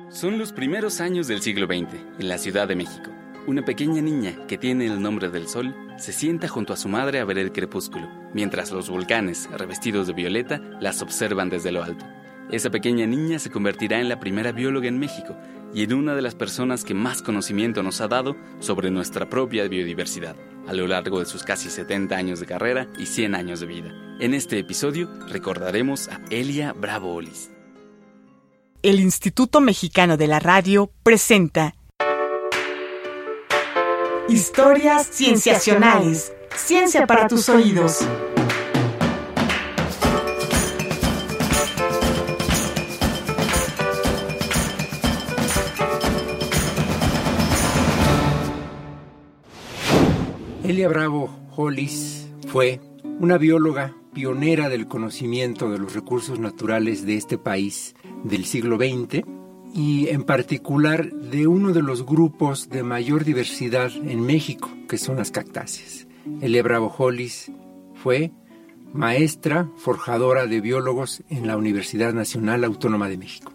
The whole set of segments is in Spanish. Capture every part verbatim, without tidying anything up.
Son los primeros años del siglo veinte, en la Ciudad de México. Una pequeña niña, que tiene el nombre del sol, se sienta junto a su madre a ver el crepúsculo, mientras los volcanes, revestidos de violeta, las observan desde lo alto. Esa pequeña niña se convertirá en la primera bióloga en México y en una de las personas que más conocimiento nos ha dado sobre nuestra propia biodiversidad, a lo largo de sus casi setenta años de carrera y cien años de vida. En este episodio recordaremos a Elia Bravo Hollis. El Instituto Mexicano de la Radio presenta Historias Cienciacionales. Ciencia para tus oídos. Elia Bravo Hollis fue una bióloga pionera del conocimiento de los recursos naturales de este país del siglo veinte y en particular de uno de los grupos de mayor diversidad en México, que son las cactáceas. Elia Bravo Hollis fue maestra forjadora de biólogos en la Universidad Nacional Autónoma de México.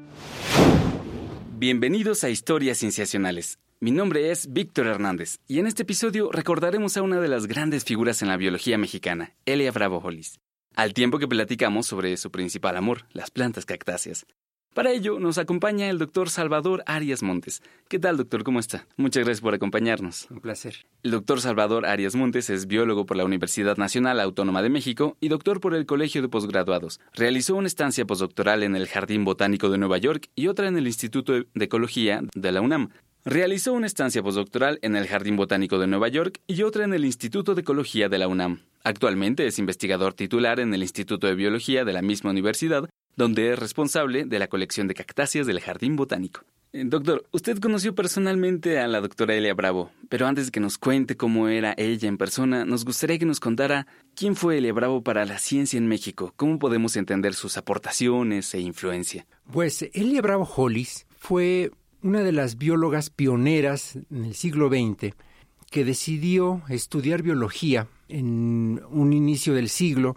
Bienvenidos a Historias Cienciacionales. Mi nombre es Víctor Hernández y en este episodio recordaremos a una de las grandes figuras en la biología mexicana, Elia Bravo Hollis, al tiempo que platicamos sobre su principal amor, las plantas cactáceas. Para ello nos acompaña el doctor Salvador Arias Montes. ¿Qué tal, doctor? ¿Cómo está? Muchas gracias por acompañarnos. Un placer. El doctor Salvador Arias Montes es biólogo por la Universidad Nacional Autónoma de México y doctor por el Colegio de Posgraduados. Realizó una estancia postdoctoral en el Jardín Botánico de Nueva York y otra en el Instituto de Ecología de la UNAM. Realizó una estancia postdoctoral en el Jardín Botánico de Nueva York y otra en el Instituto de Ecología de la UNAM. Actualmente es investigador titular en el Instituto de Biología de la misma universidad, donde es responsable de la colección de cactáceas del Jardín Botánico. Eh, doctor, usted conoció personalmente a la doctora Elia Bravo, pero antes de que nos cuente cómo era ella en persona, nos gustaría que nos contara quién fue Elia Bravo para la ciencia en México, cómo podemos entender sus aportaciones e influencia. Pues Elia Bravo Hollis fue una de las biólogas pioneras en el siglo veinte que decidió estudiar biología en un inicio del siglo,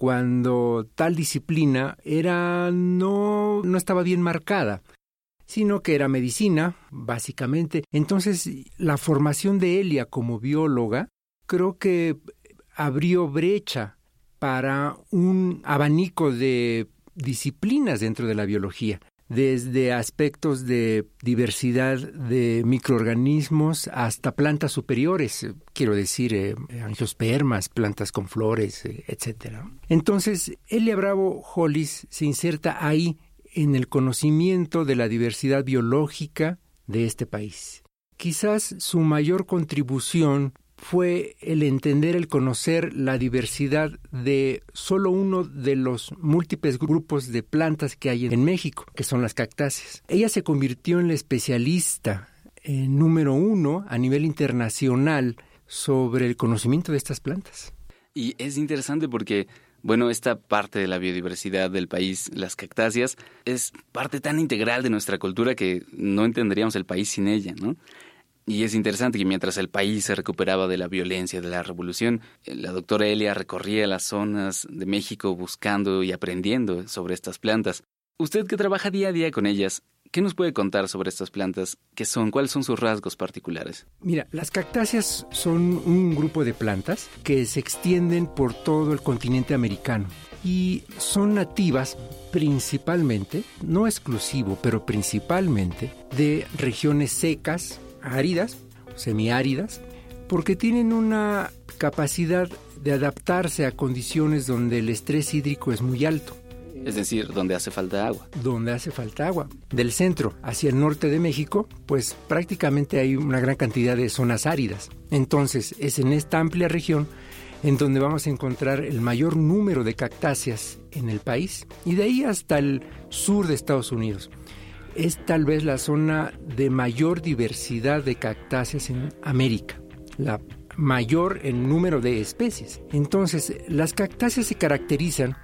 cuando tal disciplina era no, no estaba bien marcada, sino que era medicina, básicamente. Entonces, la formación de Elia como bióloga creo que abrió brecha para un abanico de disciplinas dentro de la biología, desde aspectos de diversidad de microorganismos hasta plantas superiores, quiero decir, eh, angiospermas, plantas con flores, eh, etcétera. Entonces, Elia Bravo Hollis se inserta ahí en el conocimiento de la diversidad biológica de este país. Quizás su mayor contribución fue el entender, el conocer la diversidad de solo uno de los múltiples grupos de plantas que hay en México, que son las cactáceas. Ella se convirtió en la especialista eh, número uno a nivel internacional sobre el conocimiento de estas plantas. Y es interesante porque, bueno, esta parte de la biodiversidad del país, las cactáceas, es parte tan integral de nuestra cultura que no entenderíamos el país sin ella, ¿no? Y es interesante que mientras el país se recuperaba de la violencia de la revolución, la doctora Elia recorría las zonas de México buscando y aprendiendo sobre estas plantas. Usted que trabaja día a día con ellas, ¿qué nos puede contar sobre estas plantas? ¿Qué son? ¿Cuáles son sus rasgos particulares? Mira, las cactáceas son un grupo de plantas que se extienden por todo el continente americano y son nativas principalmente, no exclusivo, pero principalmente de regiones secas, áridas, semiáridas, porque tienen una capacidad de adaptarse a condiciones donde el estrés hídrico es muy alto. Es decir, donde hace falta agua. Donde hace falta agua. Del centro hacia el norte de México, pues prácticamente hay una gran cantidad de zonas áridas. Entonces, es en esta amplia región en donde vamos a encontrar el mayor número de cactáceas en el país, y de ahí hasta el sur de Estados Unidos. Es tal vez la zona de mayor diversidad de cactáceas en América, la mayor en número de especies. Entonces, las cactáceas se caracterizan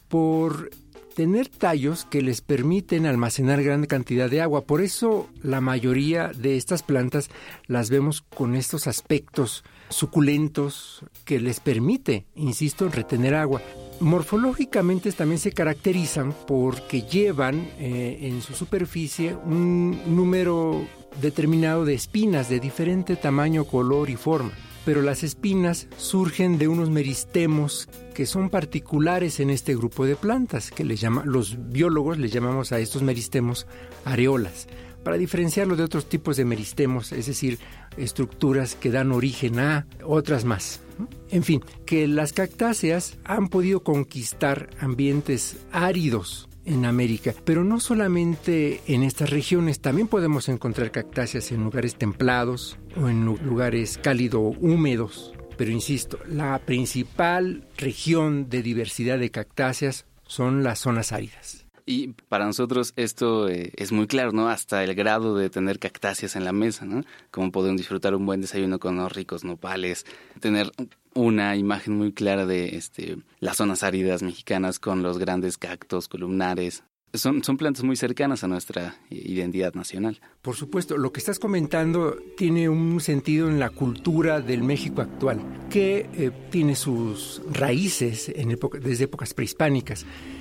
por tener tallos que les permiten almacenar gran cantidad de agua. Por eso la mayoría de estas plantas las vemos con estos aspectos suculentos que les permite, insisto, retener agua. Morfológicamente también se caracterizan porque llevan eh, en su superficie un número determinado de espinas de diferente tamaño, color y forma. Pero las espinas surgen de unos meristemos que son particulares en este grupo de plantas, que les llama, los biólogos les llamamos a estos meristemos areolas, para diferenciarlo de otros tipos de meristemos, es decir, estructuras que dan origen a otras más. En fin, que las cactáceas han podido conquistar ambientes áridos en América, pero no solamente en estas regiones, también podemos encontrar cactáceas en lugares templados o en lugares cálido húmedos. Pero insisto, la principal región de diversidad de cactáceas son las zonas áridas. Y para nosotros esto eh, es muy claro, ¿no? Hasta el grado de tener cactáceas en la mesa, ¿no? Como podemos disfrutar un buen desayuno con unos ricos nopales, tener una imagen muy clara de este, las zonas áridas mexicanas con los grandes cactos columnares. Son, son plantas muy cercanas a nuestra identidad nacional. Por supuesto, lo que estás comentando tiene un sentido en la cultura del México actual, que eh, tiene sus raíces en época, desde épocas prehispánicas.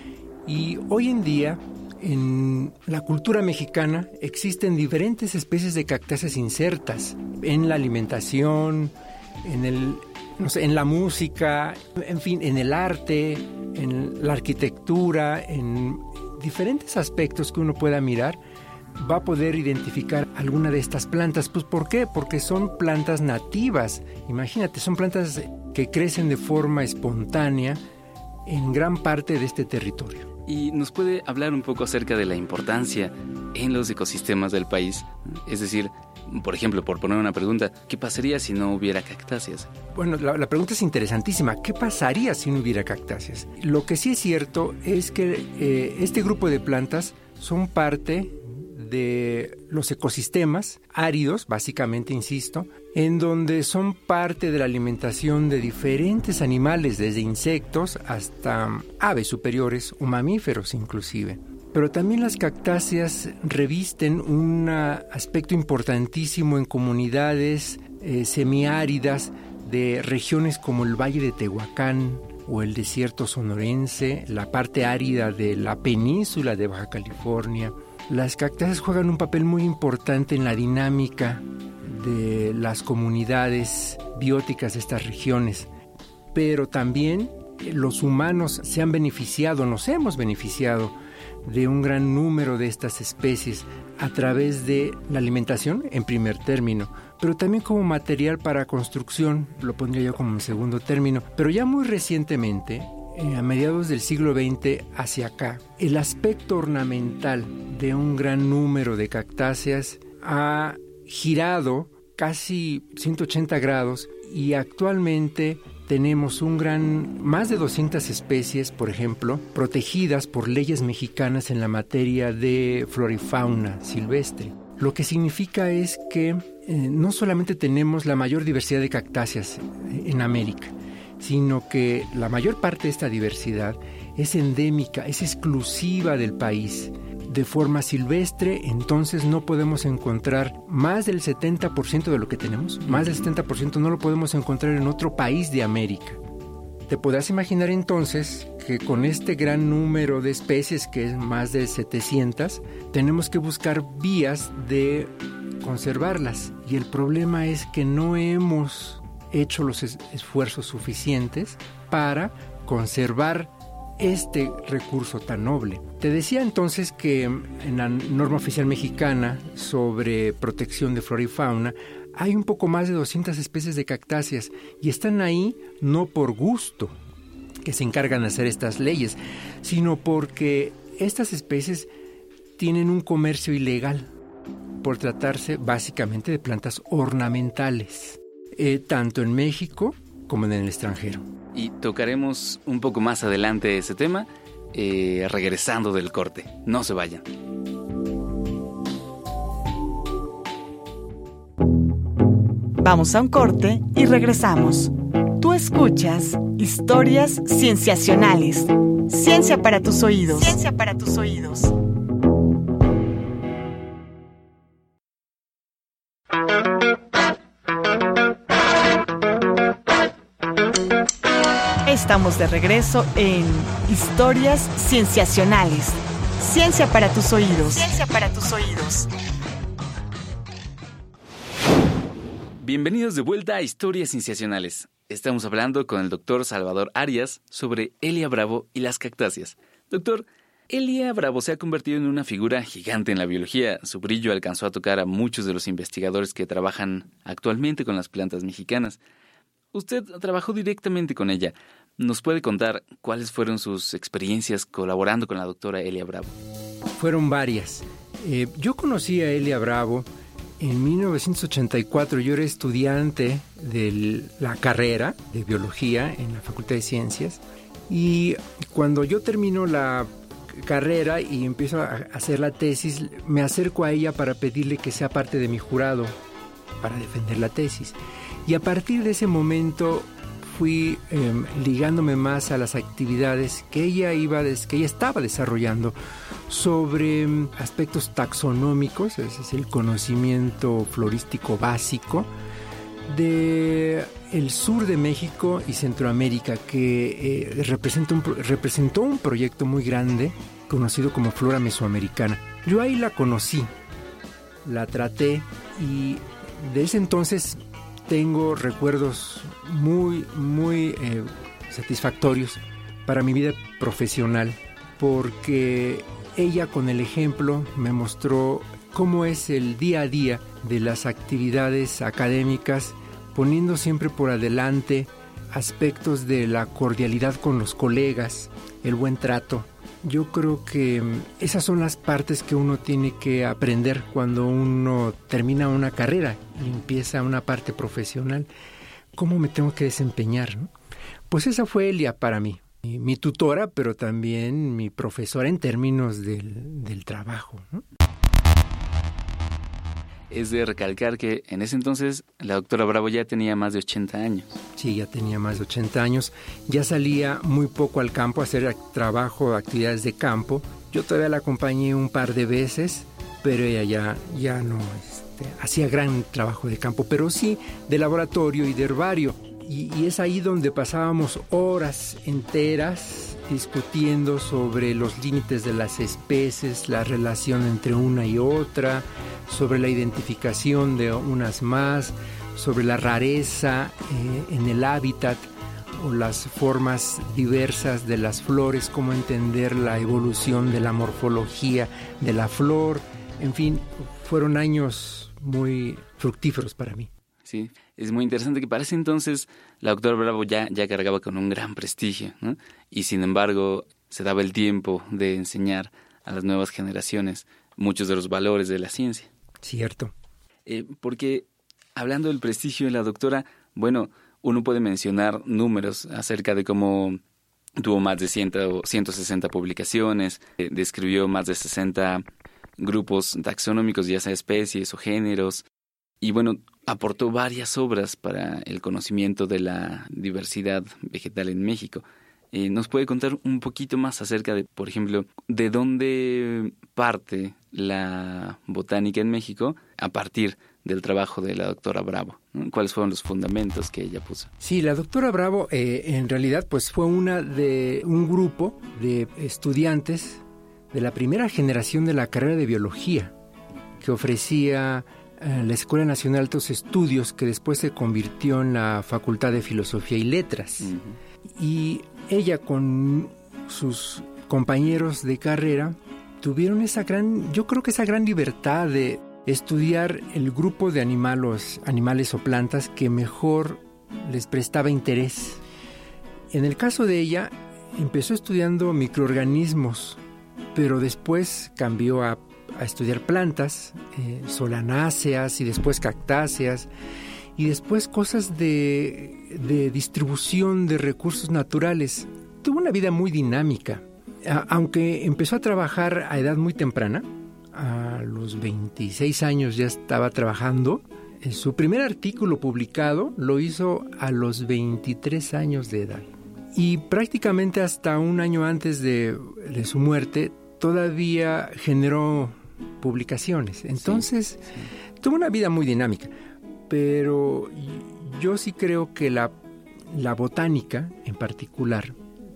Y hoy en día, en la cultura mexicana, existen diferentes especies de cactáceas insertas en la alimentación, en el, no sé, en la música, en fin, en el arte, en la arquitectura, en diferentes aspectos que uno pueda mirar, va a poder identificar alguna de estas plantas. Pues ¿por qué? Porque son plantas nativas. Imagínate, son plantas que crecen de forma espontánea en gran parte de este territorio. ¿Y nos puede hablar un poco acerca de la importancia en los ecosistemas del país? Es decir, por ejemplo, por poner una pregunta, ¿qué pasaría si no hubiera cactáceas? Bueno, la, la pregunta es interesantísima. ¿Qué pasaría si no hubiera cactáceas? Lo que sí es cierto es que eh, este grupo de plantas son parte de los ecosistemas áridos, básicamente, insisto, en donde son parte de la alimentación de diferentes animales, desde insectos hasta aves superiores o mamíferos inclusive. Pero también las cactáceas revisten un aspecto importantísimo en comunidades eh, semiáridas de regiones como el Valle de Tehuacán o el desierto sonorense, la parte árida de la península de Baja California. Las cactáceas juegan un papel muy importante en la dinámica de las comunidades bióticas de estas regiones, pero también los humanos se han beneficiado, nos hemos beneficiado de un gran número de estas especies a través de la alimentación en primer término, pero también como material para construcción, lo pondría yo como en segundo término, pero ya muy recientemente, a mediados del siglo veinte hacia acá, el aspecto ornamental de un gran número de cactáceas ha girado casi ciento ochenta grados y actualmente tenemos un gran, más de doscientas especies, por ejemplo, protegidas por leyes mexicanas en la materia de flora y fauna silvestre. Lo que significa es que eh, no solamente tenemos la mayor diversidad de cactáceas en América, sino que la mayor parte de esta diversidad es endémica, es exclusiva del país. De forma silvestre, entonces no podemos encontrar más del setenta por ciento de lo que tenemos, más del setenta por ciento no lo podemos encontrar en otro país de América. Te podrás imaginar entonces que con este gran número de especies, que es más de setecientas, tenemos que buscar vías de conservarlas. Y el problema es que no hemos hecho los es- esfuerzos suficientes para conservar este recurso tan noble. Te decía entonces que en la norma oficial mexicana sobre protección de flora y fauna hay un poco más de doscientas especies de cactáceas y están ahí no por gusto que se encargan de hacer estas leyes, sino porque estas especies tienen un comercio ilegal por tratarse básicamente de plantas ornamentales, eh, tanto en México como en el extranjero. Y tocaremos un poco más adelante ese tema, eh, regresando del corte. No se vayan. Vamos a un corte y regresamos. Tú escuchas Historias Cienciacionales. Ciencia para tus oídos. Ciencia para tus oídos. Estamos de regreso en Historias Cienciacionales. Ciencia para tus oídos. Ciencia para tus oídos. Bienvenidos de vuelta a Historias Cienciacionales. Estamos hablando con el doctor Salvador Arias sobre Elia Bravo y las cactáceas. Doctor, Elia Bravo se ha convertido en una figura gigante en la biología. Su brillo alcanzó a tocar a muchos de los investigadores que trabajan actualmente con las plantas mexicanas. Usted trabajó directamente con ella. ¿Nos puede contar cuáles fueron sus experiencias colaborando con la doctora Elia Bravo? Fueron varias. Eh, yo conocí a Elia Bravo en mil novecientos ochenta y cuatro. Yo era estudiante de la carrera de biología en la Facultad de Ciencias. Y cuando yo termino la carrera y empiezo a hacer la tesis, me acerco a ella para pedirle que sea parte de mi jurado para defender la tesis. Y a partir de ese momento fui eh, ligándome más a las actividades que ella iba des- que ella estaba desarrollando sobre um, aspectos taxonómicos, es decir, el conocimiento florístico básico de el sur de México y Centroamérica, que eh, representa un, representó un proyecto muy grande conocido como Flora Mesoamericana. Yo ahí la conocí, la traté y de ese entonces tengo recuerdos muy, muy eh, satisfactorios para mi vida profesional, porque ella con el ejemplo me mostró cómo es el día a día de las actividades académicas, poniendo siempre por adelante aspectos de la cordialidad con los colegas, el buen trato. Yo creo que esas son las partes que uno tiene que aprender cuando uno termina una carrera y empieza una parte profesional. ¿Cómo me tengo que desempeñar, ¿no? Pues esa fue Elia para mí, mi, mi tutora, pero también mi profesora en términos del, del trabajo, ¿no? Es de recalcar que en ese entonces la doctora Bravo ya tenía más de ochenta años. Sí, ya tenía más de ochenta años. Ya salía muy poco al campo a hacer trabajo, actividades de campo. Yo todavía la acompañé un par de veces, pero ella ya, ya no este, hacía gran trabajo de campo, pero sí de laboratorio y de herbario. Y, y es ahí donde pasábamos horas enteras discutiendo sobre los límites de las especies, la relación entre una y otra, sobre la identificación de unas más, sobre la rareza eh, en el hábitat o las formas diversas de las flores, cómo entender la evolución de la morfología de la flor. En fin, fueron años muy fructíferos para mí. Sí, es muy interesante que para ese entonces la doctora Bravo ya, ya cargaba con un gran prestigio, ¿no? Y sin embargo se daba el tiempo de enseñar a las nuevas generaciones muchos de los valores de la ciencia. Cierto. Eh, porque hablando del prestigio de la doctora, bueno, uno puede mencionar números acerca de cómo tuvo más de cien o ciento sesenta publicaciones, eh, describió más de sesenta grupos taxonómicos, ya sea especies o géneros, y bueno, aportó varias obras para el conocimiento de la diversidad vegetal en México. Eh, ¿Nos puede contar un poquito más acerca de, por ejemplo, de dónde parte la botánica en México a partir del trabajo de la doctora Bravo, ¿no? ¿Cuáles fueron los fundamentos que ella puso? Sí, la doctora Bravo eh, en realidad pues fue una de un grupo de estudiantes de la primera generación de la carrera de biología que ofrecía eh, la Escuela Nacional de Altos Estudios, que después se convirtió en la Facultad de Filosofía y Letras. Uh-huh. Y ella con sus compañeros de carrera tuvieron esa gran, yo creo que esa gran libertad de estudiar el grupo de animales, animales o plantas que mejor les prestaba interés. En el caso de ella, empezó estudiando microorganismos, pero después cambió a, a estudiar plantas, eh, solanáceas y después cactáceas, y después cosas de, de distribución de recursos naturales. Tuvo una vida muy dinámica, a, aunque empezó a trabajar a edad muy temprana. A los veintiséis años ya estaba trabajando. Su primer artículo publicado lo hizo a los veintitrés años de edad. Y prácticamente hasta un año antes de, de su muerte todavía generó publicaciones. Entonces, sí, sí. Tuvo una vida muy dinámica. Pero yo sí creo que la, la botánica en particular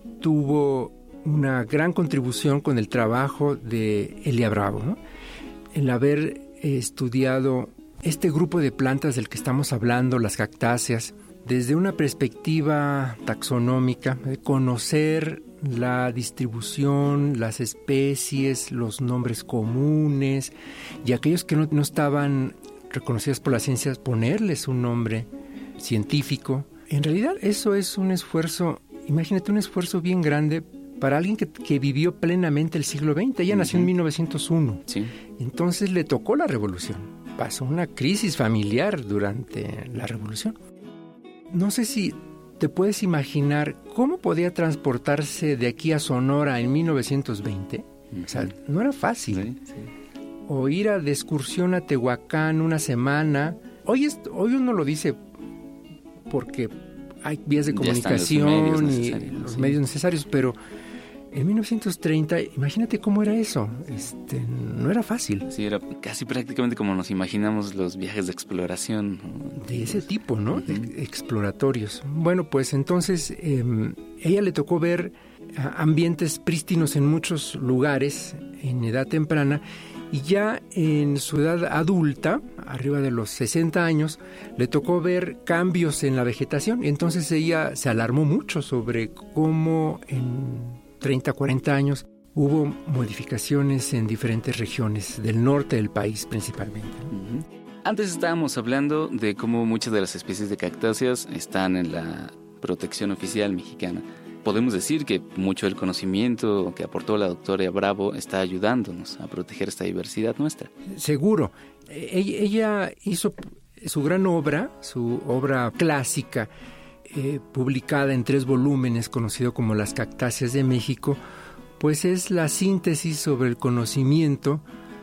tuvo una gran contribución con el trabajo de Elia Bravo, ¿no? El haber estudiado este grupo de plantas del que estamos hablando, las cactáceas, desde una perspectiva taxonómica, de conocer la distribución, las especies, los nombres comunes, y aquellos que no, no estaban reconocidos por la ciencia, ponerles un nombre científico. En realidad eso es un esfuerzo, imagínate, un esfuerzo bien grande para alguien que, que vivió plenamente el siglo veinte. Ella uh-huh. nació en mil novecientos uno. Sí. Entonces le tocó la revolución. Pasó una crisis familiar durante la revolución. No sé si te puedes imaginar cómo podía transportarse de aquí a Sonora en mil novecientos veinte. Uh-huh. O sea, no era fácil. Sí, sí. O ir a de excursión a Tehuacán una semana. Hoy, es, hoy uno lo dice porque hay vías de comunicación los y los sí. medios necesarios, pero en mil novecientos treinta, imagínate cómo era eso. Este, no era fácil. Sí, era casi prácticamente como nos imaginamos los viajes de exploración, ¿no? De ese tipo, ¿no? Uh-huh. De, exploratorios. Bueno, pues entonces eh, ella le tocó ver ambientes prístinos en muchos lugares en edad temprana, y ya en su edad adulta, arriba de los sesenta años, le tocó ver cambios en la vegetación. Entonces ella se alarmó mucho sobre cómo en treinta, cuarenta años hubo modificaciones en diferentes regiones del norte del país principalmente. Uh-huh. Antes estábamos hablando de cómo muchas de las especies de cactáceas están en la protección oficial mexicana. Podemos decir que mucho del conocimiento que aportó la doctora Bravo está ayudándonos a proteger esta diversidad nuestra. Seguro. Ella hizo su gran obra, su obra clásica, eh, publicada en tres volúmenes, conocido como Las Cactáceas de México, pues es la síntesis sobre el conocimiento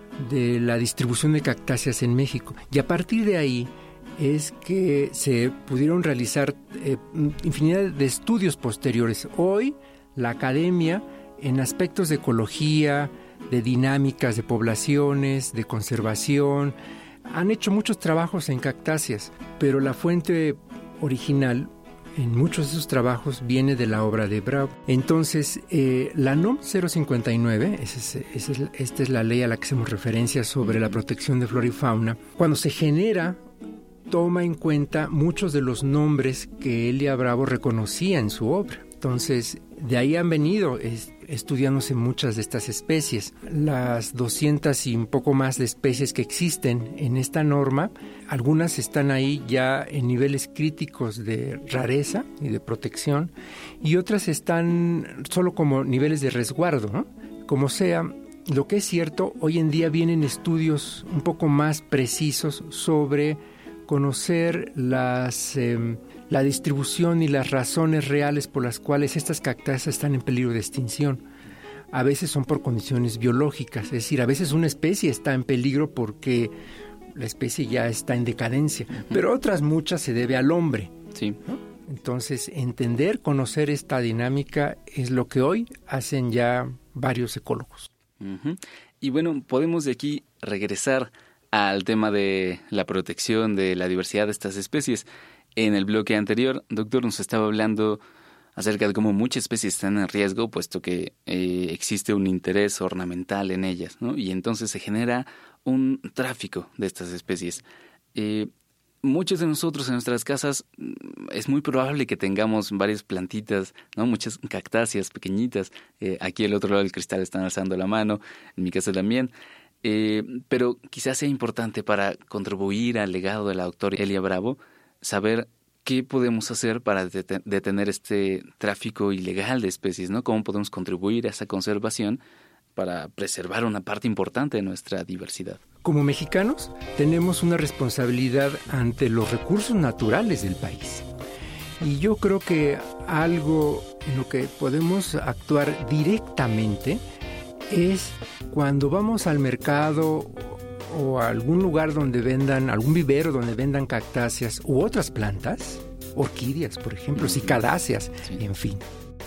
de la distribución de cactáceas en México. Y a partir de ahí es que se pudieron realizar eh, infinidad de estudios posteriores. Hoy, la academia, en aspectos de ecología, de dinámicas de poblaciones, de conservación, han hecho muchos trabajos en cactáceas, pero la fuente original en muchos de esos trabajos viene de la obra de Bravo. Entonces, eh, la N O M cero cincuenta y nueve, esa es, esa es, esta es la ley a la que hacemos referencia sobre la protección de flora y fauna, cuando se genera, toma en cuenta muchos de los nombres que Elia Bravo reconocía en su obra. Entonces, de ahí han venido es, estudiándose muchas de estas especies. Las doscientas y un poco más de especies que existen en esta norma, algunas están ahí ya en niveles críticos de rareza y de protección, y otras están solo como niveles de resguardo, ¿no? Como sea, lo que es cierto, hoy en día vienen estudios un poco más precisos sobre conocer las, eh, la distribución y las razones reales por las cuales estas cactáceas están en peligro de extinción. A veces son por condiciones biológicas, es decir, a veces una especie está en peligro porque la especie ya está en decadencia, uh-huh. pero otras muchas se debe al hombre. Sí. ¿No? Entonces, entender, conocer esta dinámica es lo que hoy hacen ya varios ecólogos. Uh-huh. Y bueno, podemos de aquí regresar al tema de la protección de la diversidad de estas especies. En el bloque anterior, doctor, nos estaba hablando acerca de cómo muchas especies están en riesgo, puesto que eh, existe un interés ornamental en ellas, ¿no? Y entonces se genera un tráfico de estas especies. Eh, muchos de nosotros en nuestras casas es muy probable que tengamos varias plantitas, ¿no? Muchas cactáceas pequeñitas. Eh, aquí al otro lado del cristal están alzando la mano, en mi casa también. Eh, pero quizás sea importante para contribuir al legado de la doctora Elia Bravo saber qué podemos hacer para deten- detener este tráfico ilegal de especies, ¿no? Cómo podemos contribuir a esa conservación para preservar una parte importante de nuestra diversidad. Como mexicanos tenemos una responsabilidad ante los recursos naturales del país. Y yo creo que algo en lo que podemos actuar directamente es cuando vamos al mercado o a algún lugar donde vendan, algún vivero donde vendan cactáceas u otras plantas, orquídeas, por ejemplo, cicadáceas, sí. En fin.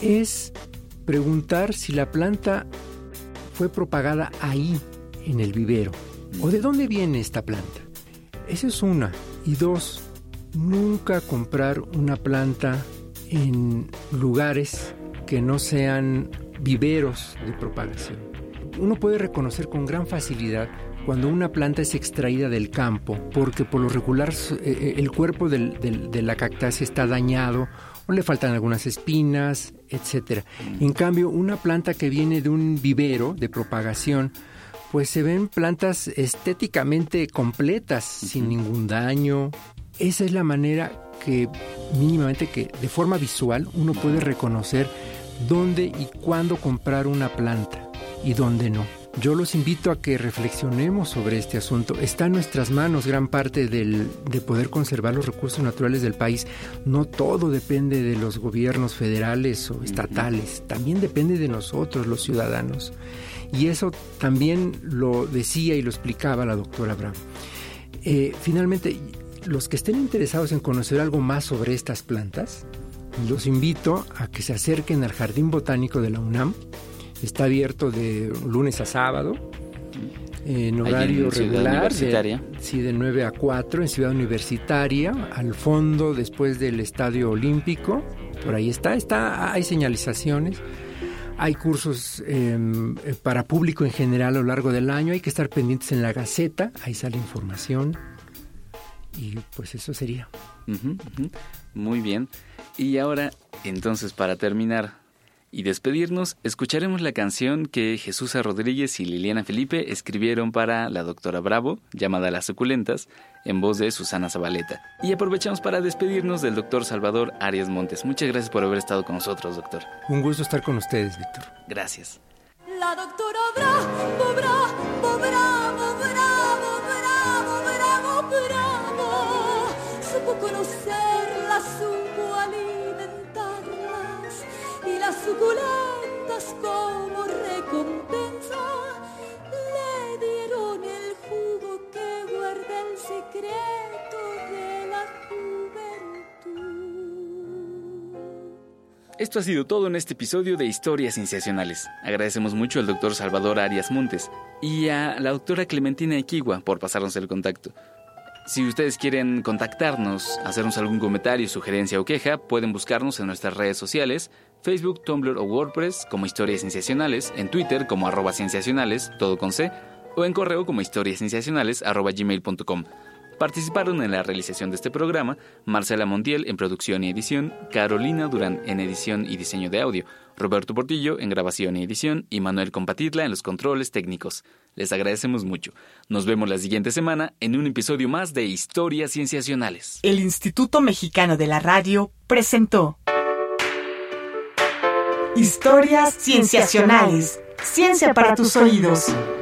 Es preguntar si la planta fue propagada ahí, en el vivero, o de dónde viene esta planta. Esa es una. Y dos, nunca comprar una planta en lugares que no sean viveros de propagación. Uno puede reconocer con gran facilidad cuando una planta es extraída del campo, porque por lo regular eh, el cuerpo del, del, de la cactácea está dañado o le faltan algunas espinas, etcétera. En cambio, una planta que viene de un vivero de propagación, pues se ven plantas estéticamente completas, uh-huh. sin ningún daño. Esa es la manera que mínimamente, que de forma visual, uno puede reconocer dónde y cuándo comprar una planta y dónde no. Yo los invito a que reflexionemos sobre este asunto. Está en nuestras manos gran parte del, de poder conservar los recursos naturales del país. No todo depende de los gobiernos federales o estatales, también depende de nosotros, los ciudadanos. Y eso también lo decía y lo explicaba la doctora Bravo. Eh, finalmente, los que estén interesados en conocer algo más sobre estas plantas, los invito a que se acerquen al Jardín Botánico de la UNAM. Está abierto de lunes a sábado, en horario en regular, universitaria. De, sí, de nueve a cuatro, en Ciudad Universitaria, al fondo, después del Estadio Olímpico. Por ahí está, está hay señalizaciones. Hay cursos eh, para público en general a lo largo del año. Hay que estar pendientes en la Gaceta, ahí sale información. Y pues eso sería. Uh-huh, uh-huh. Muy bien. Y ahora, entonces, para terminar y despedirnos, escucharemos la canción que Jesús Rodríguez y Liliana Felipe escribieron para la doctora Bravo, llamada Las Suculentas, en voz de Susana Zabaleta. Y aprovechamos para despedirnos del doctor Salvador Arias Montes. Muchas gracias por haber estado con nosotros, doctor. Un gusto estar con ustedes, Víctor. Gracias. La doctora Bravo, Bravo, Bravo, Bravo, Bravo, Bravo, Bravo, supo conocerlas, supo alimentarlas, y las suculentas como recompensa le dieron el jugo que guarda el secreto de la juventud. Esto ha sido todo en este episodio de Historias Cienciacionales. Agradecemos mucho al doctor Salvador Arias Montes y a la doctora Clementina Equigua por pasarnos el contacto. Si ustedes quieren contactarnos, hacernos algún comentario, sugerencia o queja, pueden buscarnos en nuestras redes sociales, Facebook, Tumblr o WordPress como Historias Cienciacionales, en Twitter como arroba cienciacionales, todo con C, o en correo como historiascienciacionales arroba gmail punto com. Participaron en la realización de este programa Marcela Montiel en producción y edición, Carolina Durán en edición y diseño de audio, Roberto Portillo en grabación y edición y Manuel Compatitla en los controles técnicos. Les agradecemos mucho. Nos vemos la siguiente semana en un episodio más de Historias Cienciacionales. El Instituto Mexicano de la Radio presentó Historias Cienciacionales. Ciencia para tus oídos.